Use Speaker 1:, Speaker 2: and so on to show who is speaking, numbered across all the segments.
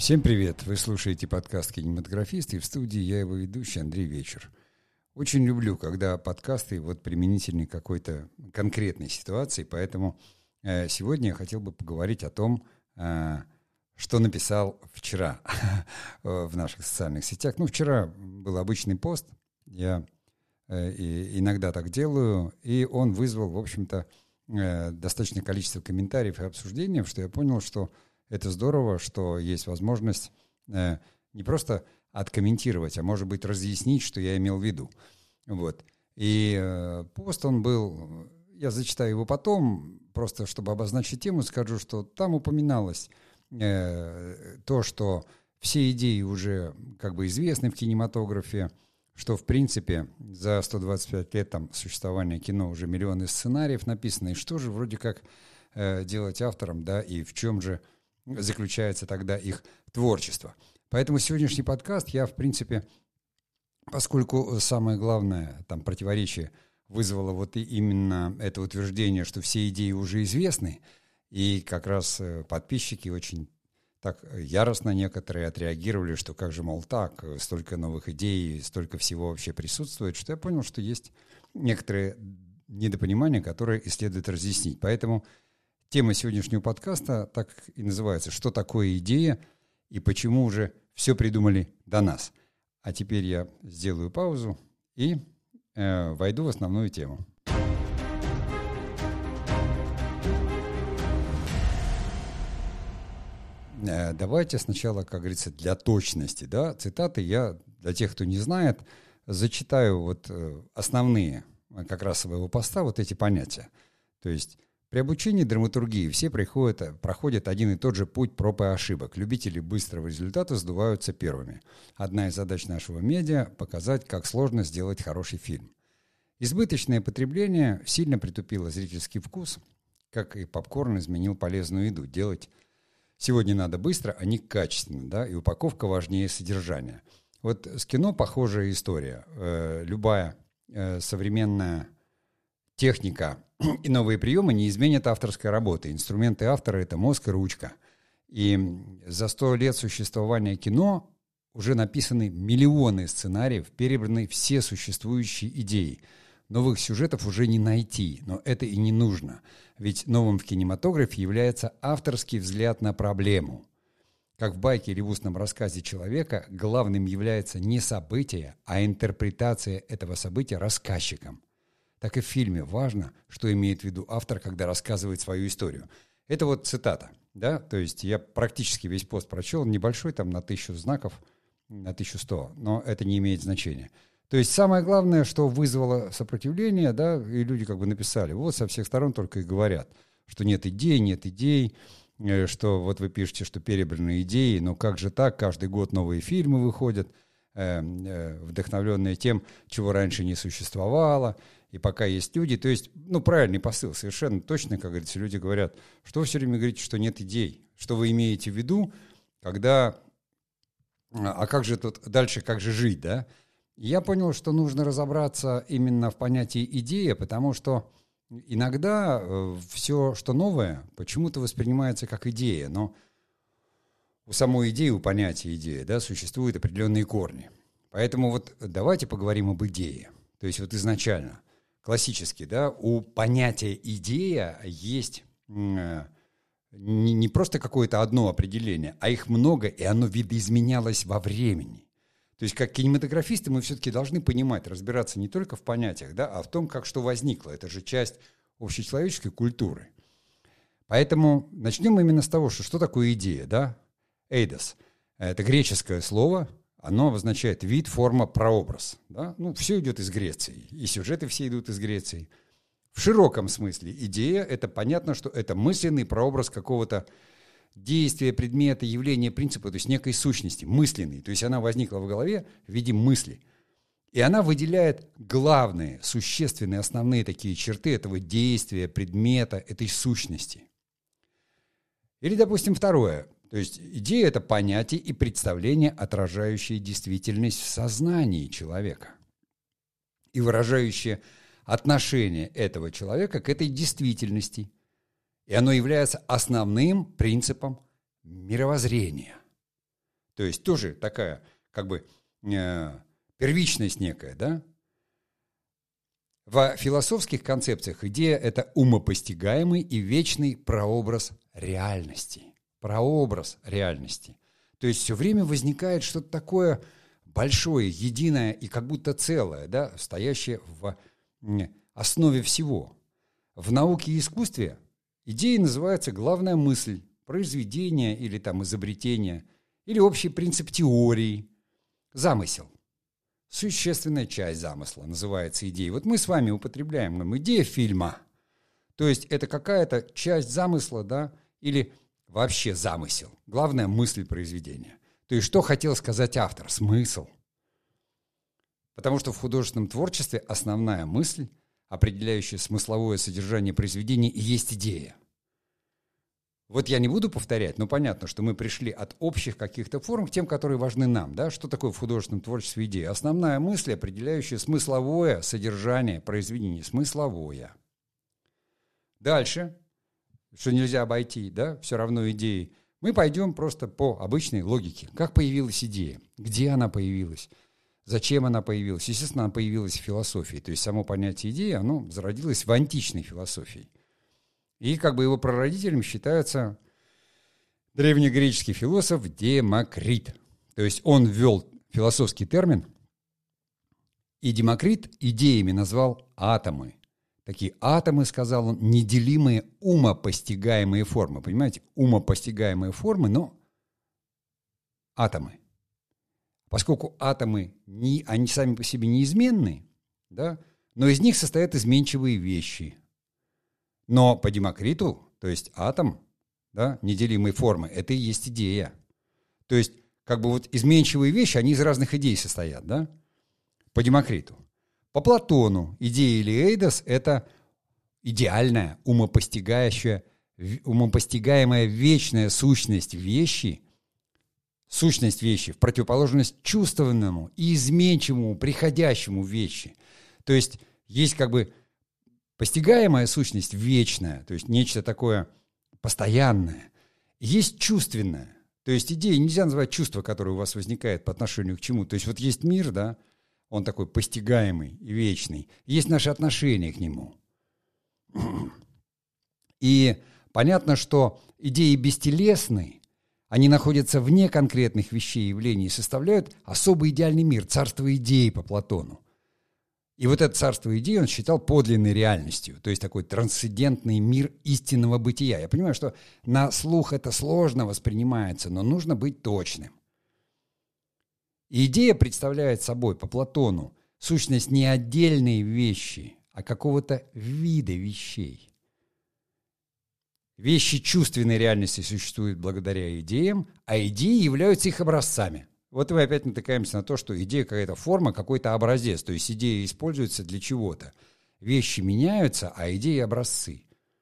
Speaker 1: Всем привет! Вы слушаете подкаст «Кинематографист», и в студии я его ведущий Андрей Вечер. Очень люблю, когда подкасты применительны к какой-то конкретной ситуации, поэтому сегодня я хотел бы поговорить о том, что написал вчера в наших социальных сетях. Вчера был обычный пост, я иногда так делаю, и он вызвал, в общем-то, достаточное количество комментариев и обсуждений, что я понял, что это здорово, что есть возможность не просто откомментировать, а может быть разъяснить, что я имел в виду. И пост он был, я зачитаю его потом, просто чтобы обозначить тему, скажу, что там упоминалось то, что все идеи уже известны в кинематографе, что, в принципе, за 125 лет существования кино уже миллионы сценариев написаны, и что же вроде как делать авторам, да, и в чем же заключается тогда их творчество. Поэтому сегодняшний подкаст я, в принципе, поскольку самое главное противоречие вызвало именно это утверждение, что все идеи уже известны, и как раз подписчики очень так яростно некоторые отреагировали, что как же, мол, так, столько новых идей, столько всего вообще присутствует, что я понял, что есть некоторые недопонимания, которые и следует разъяснить. Поэтому тема сегодняшнего подкаста так и называется «Что такое идея и почему уже все придумали до нас?». А теперь я сделаю паузу и войду в основную тему. Давайте сначала, как говорится, для точности, да, цитаты я, для тех, кто не знает, зачитаю основные как раз своего поста эти понятия. То есть при обучении драматургии все проходят один и тот же путь проб и ошибок. Любители быстрого результата сдуваются первыми. Одна из задач нашего медиа – показать, как сложно сделать хороший фильм. Избыточное потребление сильно притупило зрительский вкус, как и попкорн изменил полезную еду. Делать сегодня надо быстро, а не качественно, да, и упаковка важнее содержания. С кино похожая история. Любая современная техника и новые приемы не изменят авторской работы. Инструменты автора — это мозг и ручка. И за 100 лет существования кино уже написаны миллионы сценариев, перебраны все существующие идеи. Новых сюжетов уже не найти, но это и не нужно. Ведь новым в кинематографе является авторский взгляд на проблему. Как в байке или в устном рассказе человека, главным является не событие, а интерпретация этого события рассказчиком. Так и в фильме важно, что имеет в виду автор, когда рассказывает свою историю. Это цитата, да, то есть я практически весь пост прочел, небольшой, на 1000 знаков, на 1100, но это не имеет значения. То есть самое главное, что вызвало сопротивление, да, и люди написали, со всех сторон только и говорят, что нет идей, что вы пишете, что перебраны идеи, но как же так, каждый год новые фильмы выходят, вдохновленные тем, чего раньше не существовало, и пока есть люди, то есть, правильный посыл, совершенно точно, как говорится, люди говорят, что вы все время говорите, что нет идей, что вы имеете в виду, когда, а как же тут дальше, как же жить, да? И я понял, что нужно разобраться именно в понятии идея, потому что иногда все, что новое, почему-то воспринимается как идея, но у самой идеи, у понятия идея, да, существуют определенные корни. Поэтому давайте поговорим об идее. То есть изначально, классически, да, у понятия идея есть не просто какое-то одно определение, а их много, и оно видоизменялось во времени. То есть как кинематографисты мы все-таки должны понимать, разбираться не только в понятиях, да, а в том, как что возникло. Это же часть общечеловеческой культуры. Поэтому начнем именно с того, что такое идея, да? Эйдос. Это греческое слово, оно обозначает вид, форма, прообраз. Да? Все идет из Греции, и сюжеты все идут из Греции. В широком смысле идея – это понятно, что это мысленный прообраз какого-то действия, предмета, явления, принципа, то есть некой сущности, мысленной. То есть она возникла в голове в виде мысли. И она выделяет главные, существенные, основные такие черты этого действия, предмета, этой сущности. Или, допустим, второе. То есть идея – это понятие и представление, отражающее действительность в сознании человека и выражающее отношение этого человека к этой действительности. И оно является основным принципом мировоззрения. То есть тоже такая как бы первичность некая, да? В философских концепциях идея – это умопостигаемый и вечный прообраз реальности. Прообраз реальности. То есть все время возникает что-то такое большое, единое и как будто целое, да, стоящее в основе всего. В науке и искусстве идеей называется главная мысль, произведение или там изобретение, или общий принцип теории, замысел. Существенная часть замысла называется идеей. Вот мы с вами употребляем идея фильма. То есть это какая-то часть замысла, да, или вообще замысел. Главная мысль произведения. То есть что хотел сказать автор? Смысл. Потому что в художественном творчестве основная мысль, определяющая смысловое содержание произведения, и есть идея. Вот я не буду повторять, но понятно, что мы пришли от общих каких-то форм к тем, которые важны нам. Да? Что такое в художественном творчестве идея? Основная мысль, определяющая смысловое содержание произведения. Смысловое. Дальше, что нельзя обойти, да, все равно идеи. Мы пойдем просто по обычной логике. Как появилась идея? Где она появилась? Зачем она появилась? Естественно, она появилась в философии. То есть само понятие идеи, оно зародилось в античной философии. И как бы его прародителем считается древнегреческий философ Демокрит. То есть он ввел философский термин, и Демокрит идеями назвал атомы. Такие атомы, сказал он, неделимые умопостигаемые формы. Понимаете, умопостигаемые формы, но атомы. Поскольку атомы, они сами по себе неизменны, да, но из них состоят изменчивые вещи. Но по Демокриту, то есть атом, да, неделимой формы, это и есть идея. То есть, как бы вот изменчивые вещи, они из разных идей состоят, да, по Демокриту. По Платону идея или эйдос – это идеальная, умопостигаемая вечная сущность вещи в противоположность чувственному и изменчивому, приходящему вещи. То есть есть как бы постигаемая сущность вечная, то есть нечто такое постоянное. Есть чувственное. То есть идеи нельзя называть чувство, которое у вас возникает по отношению к чему. То есть вот есть мир, да, он такой постигаемый и вечный. Есть наши отношения к нему. И понятно, что идеи бестелесны, они находятся вне конкретных вещей и явлений и составляют особый идеальный мир, царство идей по Платону. И вот это царство идей он считал подлинной реальностью, то есть такой трансцендентный мир истинного бытия. Я понимаю, что на слух это сложно воспринимается, но нужно быть точным. И идея представляет собой по Платону сущность не отдельной вещи, а какого-то вида вещей. Вещи чувственной реальности существуют благодаря идеям, а идеи являются их образцами. Вот мы опять натыкаемся на то, что идея какая-то форма, какой-то образец, то есть идея используется для чего-то. Вещи меняются, а идеи – образцы.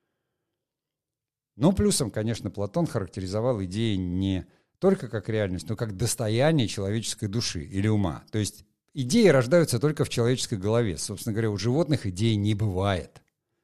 Speaker 1: Но плюсом, конечно, Платон характеризовал идеи не только как реальность, но как достояние человеческой души или ума. То есть идеи рождаются только в человеческой голове. Собственно говоря, у животных идей не бывает.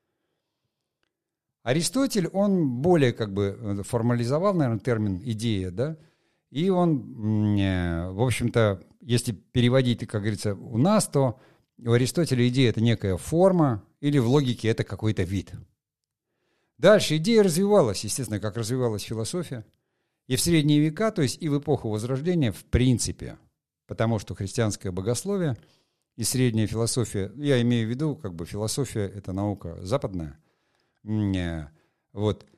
Speaker 1: Аристотель, он более как бы формализовал, наверное, термин «идея», да? И он, в общем-то, если переводить, как говорится, у нас, то у Аристотеля идея – это некая форма, или в логике это какой-то вид. Дальше идея развивалась, естественно, как развивалась философия. И в средние века, то есть и в эпоху Возрождения, в принципе, потому что христианское богословие и средняя философия, я имею в виду, как бы философия – это наука западная, вот,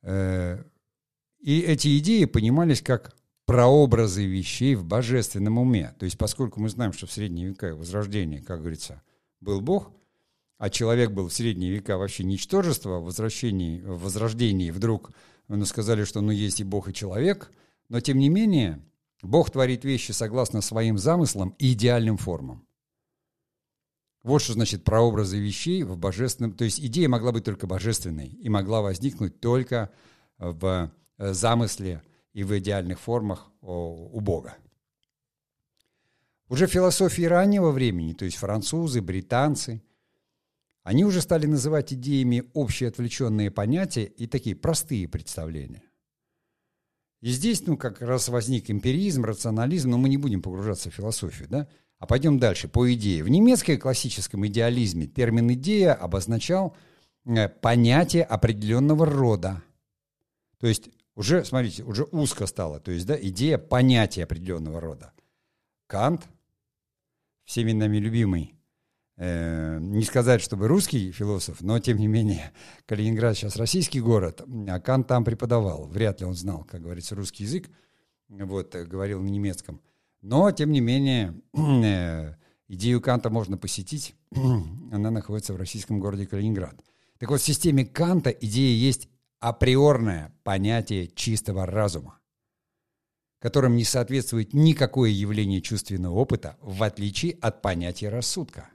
Speaker 1: и эти идеи понимались как прообразы вещей в божественном уме. То есть поскольку мы знаем, что в средние века и Возрождение, как говорится, был Бог, а человек был в средние века вообще ничтожество, в Возрождении вдруг сказали, что есть и Бог, и человек, но тем не менее Бог творит вещи согласно своим замыслам и идеальным формам. Вот что значит прообразы вещей в божественном... То есть идея могла быть только божественной и могла возникнуть только в замысле и в идеальных формах у Бога. Уже в философии раннего времени, то есть французы, британцы, они уже стали называть идеями общие отвлеченные понятия и такие простые представления. И здесь, как раз возник эмпиризм, рационализм, но мы не будем погружаться в философию, да? А пойдем дальше, по идее. В немецком классическом идеализме термин «идея» обозначал понятие определенного рода. То есть уже, смотрите, уже узко стало. То есть, да, идея понятия определенного рода. Кант, всеми нами любимый, не сказать, чтобы русский философ, но, тем не менее, Калининград сейчас российский город, а Кант там преподавал. Вряд ли он знал, как говорится, русский язык, говорил на немецком. Но, тем не менее, идею Канта можно посетить. Она находится в российском городе Калининград. Так вот, в системе Канта идея есть априорное понятие чистого разума, которым не соответствует никакое явление чувственного опыта, в отличие от понятия рассудка.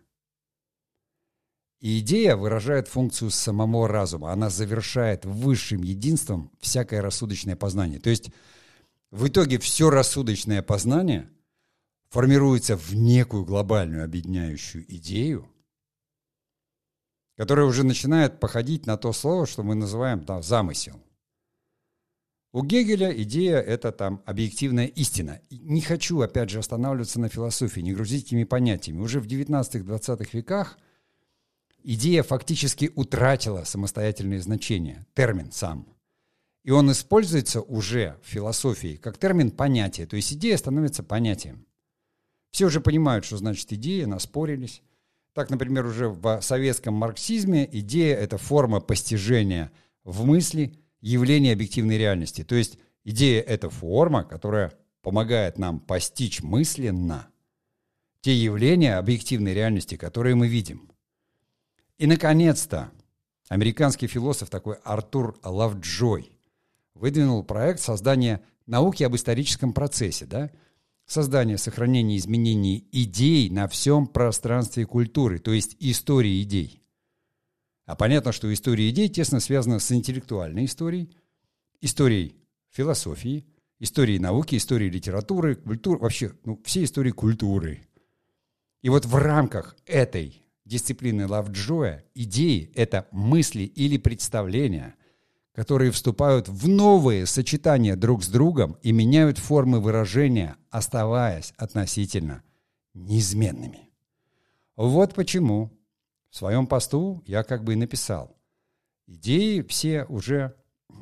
Speaker 1: И идея выражает функцию самого разума. Она завершает высшим единством всякое рассудочное познание. То есть в итоге все рассудочное познание формируется в некую глобальную объединяющую идею, которая уже начинает походить на то слово, что мы называем замысел. У Гегеля идея – это объективная истина. Не хочу, опять же, останавливаться на философии, не грузить этими понятиями. Уже в 19-20 веках идея фактически утратила самостоятельное значение, термин сам. И он используется уже в философии как термин понятия, то есть идея становится понятием. Все уже понимают, что значит идея, наспорились. Так, например, уже в советском марксизме идея – это форма постижения в мысли явления объективной реальности. То есть идея – это форма, которая помогает нам постичь мысленно те явления объективной реальности, которые мы видим. И, наконец-то, американский философ такой Артур Лавджой выдвинул проект создания науки об историческом процессе, создание, сохранение, изменение идей на всем пространстве культуры, то есть истории идей. А понятно, что история идей тесно связана с интеллектуальной историей, историей философии, историей науки, историей литературы, культуры, вообще, всей истории культуры. И вот в рамках этой дисциплины Лавджоя идеи – это мысли или представления, которые вступают в новые сочетания друг с другом и меняют формы выражения, оставаясь относительно неизменными. Вот почему в своем посту я и написал. Идеи все уже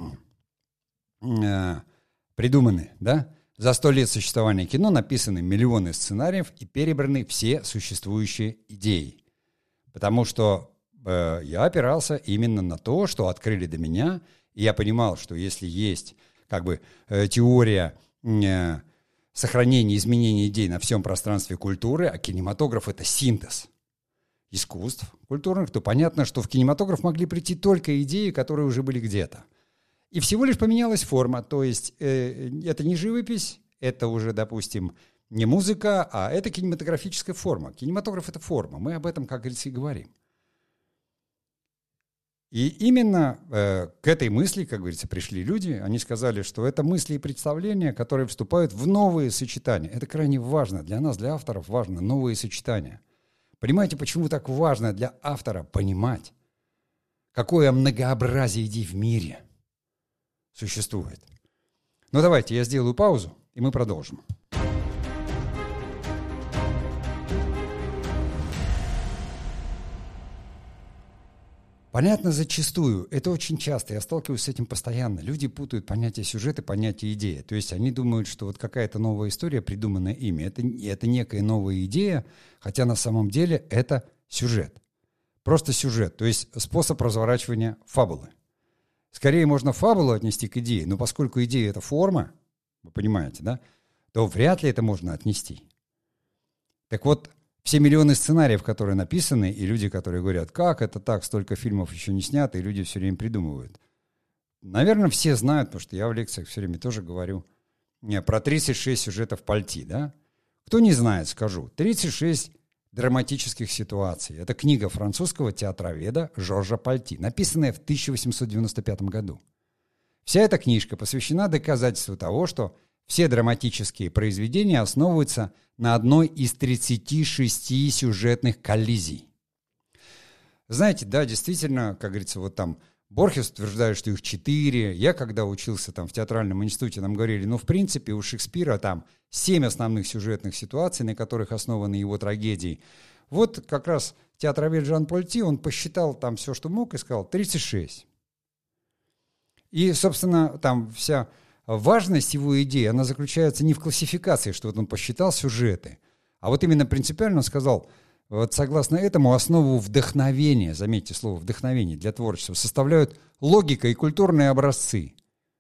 Speaker 1: придуманы, За 100 лет существования кино написаны миллионы сценариев и перебраны все существующие идеи. Потому что я опирался именно на то, что открыли до меня, и я понимал, что если есть теория сохранения, изменения идей на всем пространстве культуры, а кинематограф – это синтез искусств культурных, то понятно, что в кинематограф могли прийти только идеи, которые уже были где-то. И всего лишь поменялась форма, то есть это не живопись, это уже, допустим, не музыка, а это кинематографическая форма. Кинематограф – это форма, мы об этом, как говорится, и говорим. И именно к этой мысли, как говорится, пришли люди, они сказали, что это мысли и представления, которые вступают в новые сочетания. Это крайне важно для нас, для авторов важно новые сочетания. Понимаете, почему так важно для автора понимать, какое многообразие идей в мире существует? Ну давайте, я сделаю паузу, и мы продолжим. Понятно, зачастую, это очень часто, я сталкиваюсь с этим постоянно. Люди путают понятие сюжета и понятие идеи. То есть они думают, что вот какая-то новая история, придуманная ими, это некая новая идея, хотя на самом деле это сюжет. Просто сюжет, то есть способ разворачивания фабулы. Скорее можно фабулу отнести к идее, но поскольку идея – это форма, вы понимаете, то вряд ли это можно отнести. Так вот, все миллионы сценариев, которые написаны, и люди, которые говорят, как это так, столько фильмов еще не снято, и люди все время придумывают. Наверное, все знают, потому что я в лекциях все время тоже говорю про 36 сюжетов Пальти, Кто не знает, скажу. 36 драматических ситуаций. Это книга французского театроведа Жоржа Пальти, написанная в 1895 году. Вся эта книжка посвящена доказательству того, что все драматические произведения основываются на одной из 36 сюжетных коллизий. Знаете, действительно, как говорится, Борхес утверждает, что их 4. Я, когда учился там в театральном институте, нам говорили, в принципе, у Шекспира там 7 основных сюжетных ситуаций, на которых основаны его трагедии. Вот как раз театровед Жан-Поль Ти, он посчитал там все, что мог, и сказал 36. И, собственно, там вся важность его идеи, она заключается не в классификации, что вот он посчитал сюжеты, а вот именно принципиально он сказал, вот согласно этому основу вдохновения, заметьте слово вдохновение для творчества, составляют логика и культурные образцы.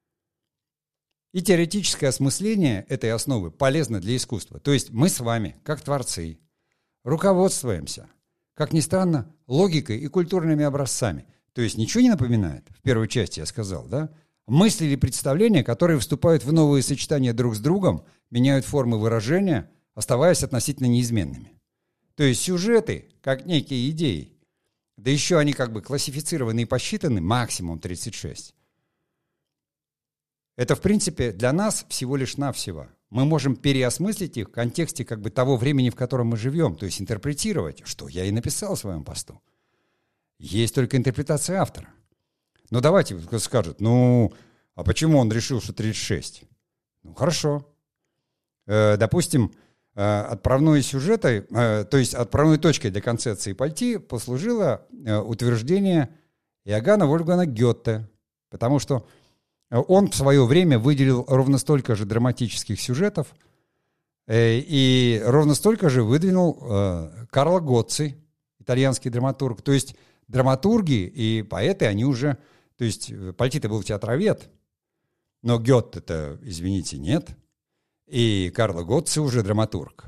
Speaker 1: И теоретическое осмысление этой основы полезно для искусства. То есть мы с вами, как творцы, руководствуемся, как ни странно, логикой и культурными образцами. То есть ничего не напоминает, в первой части я сказал, да? Мысли или представления, которые вступают в новые сочетания друг с другом, меняют формы выражения, оставаясь относительно неизменными. То есть сюжеты, как некие идеи, да еще они как бы классифицированы и посчитаны, максимум 36. Это, в принципе, для нас всего лишь навсего. Мы можем переосмыслить их в контексте как бы того времени, в котором мы живем, то есть интерпретировать, что я и написал в своем посту. Есть только интерпретация автора. Но давайте, кто скажет, а почему он решил, что 36? Хорошо. Допустим, отправной сюжетой, то есть отправной точкой для концепции Пальти послужило утверждение Иоганна Вольфганга Гёте, потому что он в свое время выделил ровно столько же драматических сюжетов и ровно столько же выдвинул Карло Гоцци, итальянский драматург. То есть драматурги и поэты, они уже... То есть Пальти-то был театровед, но Гёте-то, извините, нет. И Карло Гоцци уже драматург.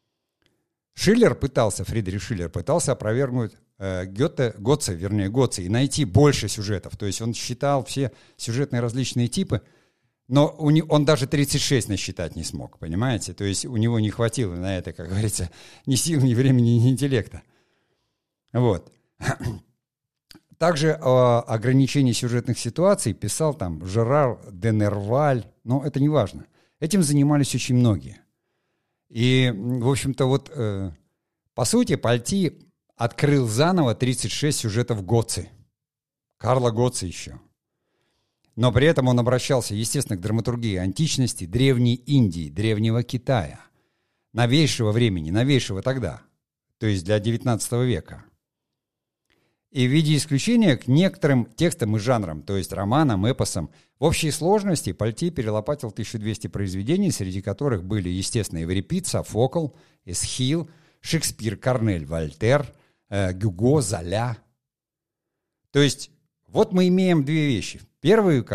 Speaker 1: Фридрих Шиллер пытался опровергнуть Гоцци, и найти больше сюжетов. То есть он считал все сюжетные различные типы, но он даже 36 насчитать не смог, понимаете? То есть у него не хватило на это, как говорится, ни сил, ни времени, ни интеллекта. Вот. Также о ограничении сюжетных ситуаций писал там Жерар де Нерваль, но это не важно. Этим занимались очень многие. И, в общем-то, по сути, Пальти открыл заново 36 сюжетов Гоцци. Карло Гоцци еще. Но при этом он обращался, естественно, к драматургии античности, Древней Индии, Древнего Китая, новейшего времени, новейшего тогда, то есть для XIX века. И в виде исключения к некоторым текстам и жанрам, то есть романам, эпосам, в общей сложности Пальти перелопатил 1200 произведений, среди которых были, естественно, Эврипид, Софокл, Эсхил, Шекспир, Корнель, Вольтер, Гюго, Золя. То есть вот мы имеем две вещи. Первую,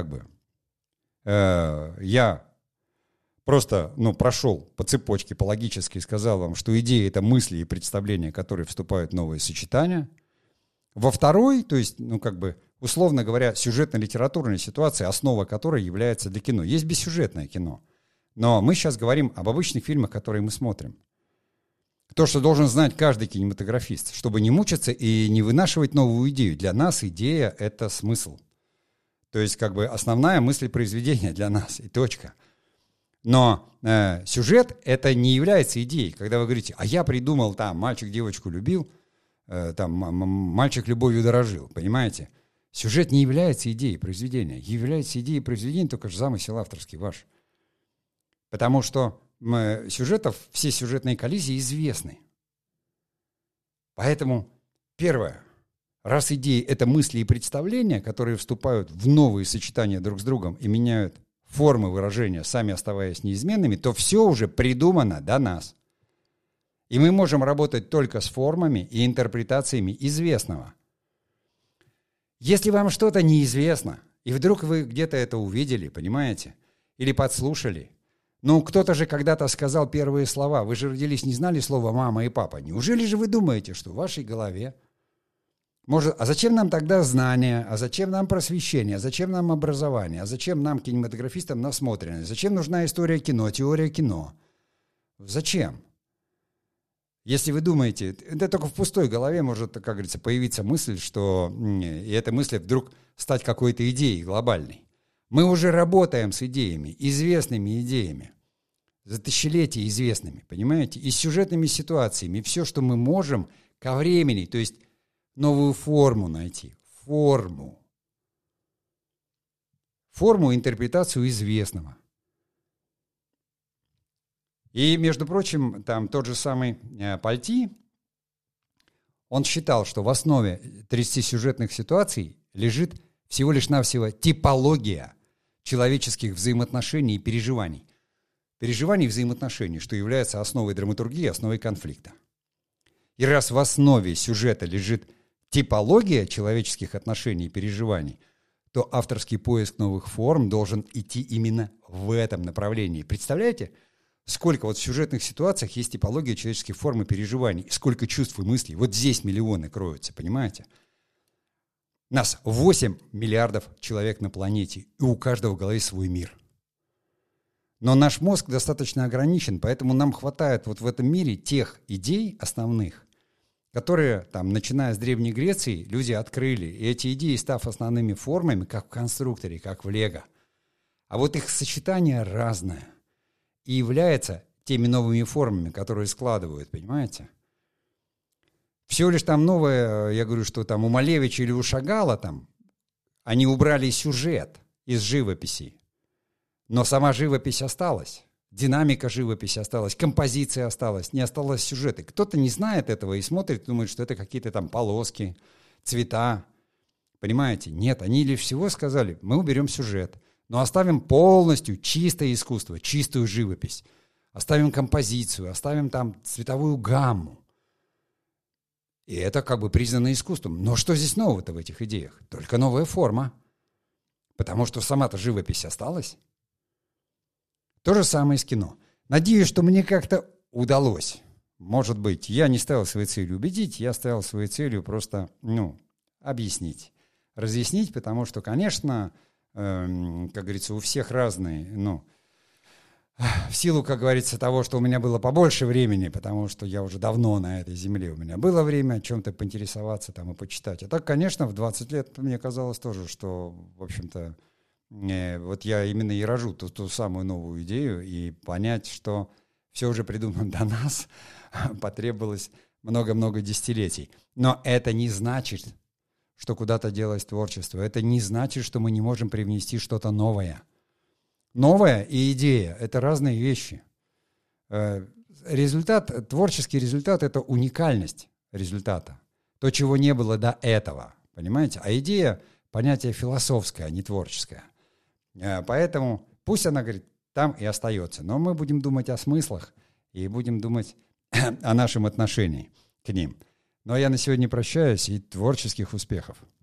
Speaker 1: я просто прошел по цепочке, по логически сказал вам, что идеи — это мысли и представления, которые вступают в новые сочетания. Во второй, то есть, условно говоря, сюжетно-литературная ситуация, основа которой является для кино. Есть бессюжетное кино. Но мы сейчас говорим об обычных фильмах, которые мы смотрим. То, что должен знать каждый кинематографист, чтобы не мучиться и не вынашивать новую идею. Для нас идея — это смысл. То есть, основная мысль произведения для нас, и точка. Но сюжет — это не является идеей. Когда вы говорите, а я придумал, мальчик девочку любил, мальчик любовью дорожил, понимаете? Сюжет не является идеей произведения. Является идеей произведения только же замысел авторский ваш. Потому что все сюжетные коллизии известны. Поэтому, первое, раз идеи — это мысли и представления, которые вступают в новые сочетания друг с другом и меняют формы выражения, сами оставаясь неизменными, то все уже придумано до нас. И мы можем работать только с формами и интерпретациями известного. Если вам что-то неизвестно, и вдруг вы где-то это увидели, понимаете, или подслушали, кто-то же когда-то сказал первые слова, вы же родились, не знали слова «мама» и «папа». Неужели же вы думаете, что в вашей голове а зачем нам тогда знания, а зачем нам просвещение, а зачем нам образование, а зачем нам, кинематографистам, насмотренность, зачем нужна история кино, теория кино? Зачем? Если вы думаете, это только в пустой голове может, как говорится, появиться мысль, что и эта мысль вдруг стать какой-то идеей глобальной. Мы уже работаем с идеями, известными идеями, за тысячелетия известными, понимаете, и с сюжетными ситуациями. Все, что мы можем ко времени, то есть новую форму найти, форму. форму и интерпретацию известного. И, между прочим, там тот же самый Пальти, он считал, что в основе 30 сюжетных ситуаций лежит всего лишь навсего типология человеческих взаимоотношений и переживаний. Переживаний и взаимоотношений, что является основой драматургии, основой конфликта. И раз в основе сюжета лежит типология человеческих отношений и переживаний, то авторский поиск новых форм должен идти именно в этом направлении. Представляете, сколько вот в сюжетных ситуациях есть типология человеческих форм и переживаний, сколько чувств и мыслей. Вот здесь миллионы кроются, понимаете? Нас 8 миллиардов человек на планете, и у каждого в голове свой мир. Но наш мозг достаточно ограничен, поэтому нам хватает вот в этом мире тех идей основных, которые, там, начиная с Древней Греции, люди открыли. И эти идеи, став основными формами, как в конструкторе, как в Лего. А вот их сочетание разное. И является теми новыми формами, которые складывают, понимаете? Всего лишь там новое, я говорю, что там у Малевича или у Шагала там, они убрали сюжет из живописи. Но сама живопись осталась. Динамика живописи осталась, композиция осталась, не осталось сюжета. Кто-то не знает этого и смотрит, думает, что это какие-то там полоски, цвета. Понимаете? Нет, они лишь всего сказали, мы уберем сюжет, но оставим полностью чистое искусство, чистую живопись. Оставим композицию, оставим там цветовую гамму. И это как бы признано искусством. Но что здесь нового-то в этих идеях? Только новая форма. Потому что сама-то живопись осталась. То же самое с кино. Надеюсь, что мне как-то удалось. Может быть, я не ставил своей целью убедить, я ставил своей целью просто, объяснить, разъяснить, потому что, конечно, как говорится, у всех разные, в силу, как говорится, того, что у меня было побольше времени, потому что я уже давно на этой земле, у меня было время о чем-то поинтересоваться там и почитать. А так, конечно, в 20 лет мне казалось тоже, что, в общем-то, вот я именно и рожу ту самую новую идею, и понять, что все уже придумано до нас, потребовалось много-много десятилетий. Но это не значит, что куда-то делось творчество. Это не значит, что мы не можем привнести что-то новое. Новое и идея — это разные вещи. Творческий результат — это уникальность результата. То, чего не было до этого, понимаете? А идея — понятие философское, а не творческое. Поэтому пусть она, говорит, там и остается. Но мы будем думать о смыслах и будем думать о нашем отношении к ним. Ну а я на сегодня прощаюсь и творческих успехов.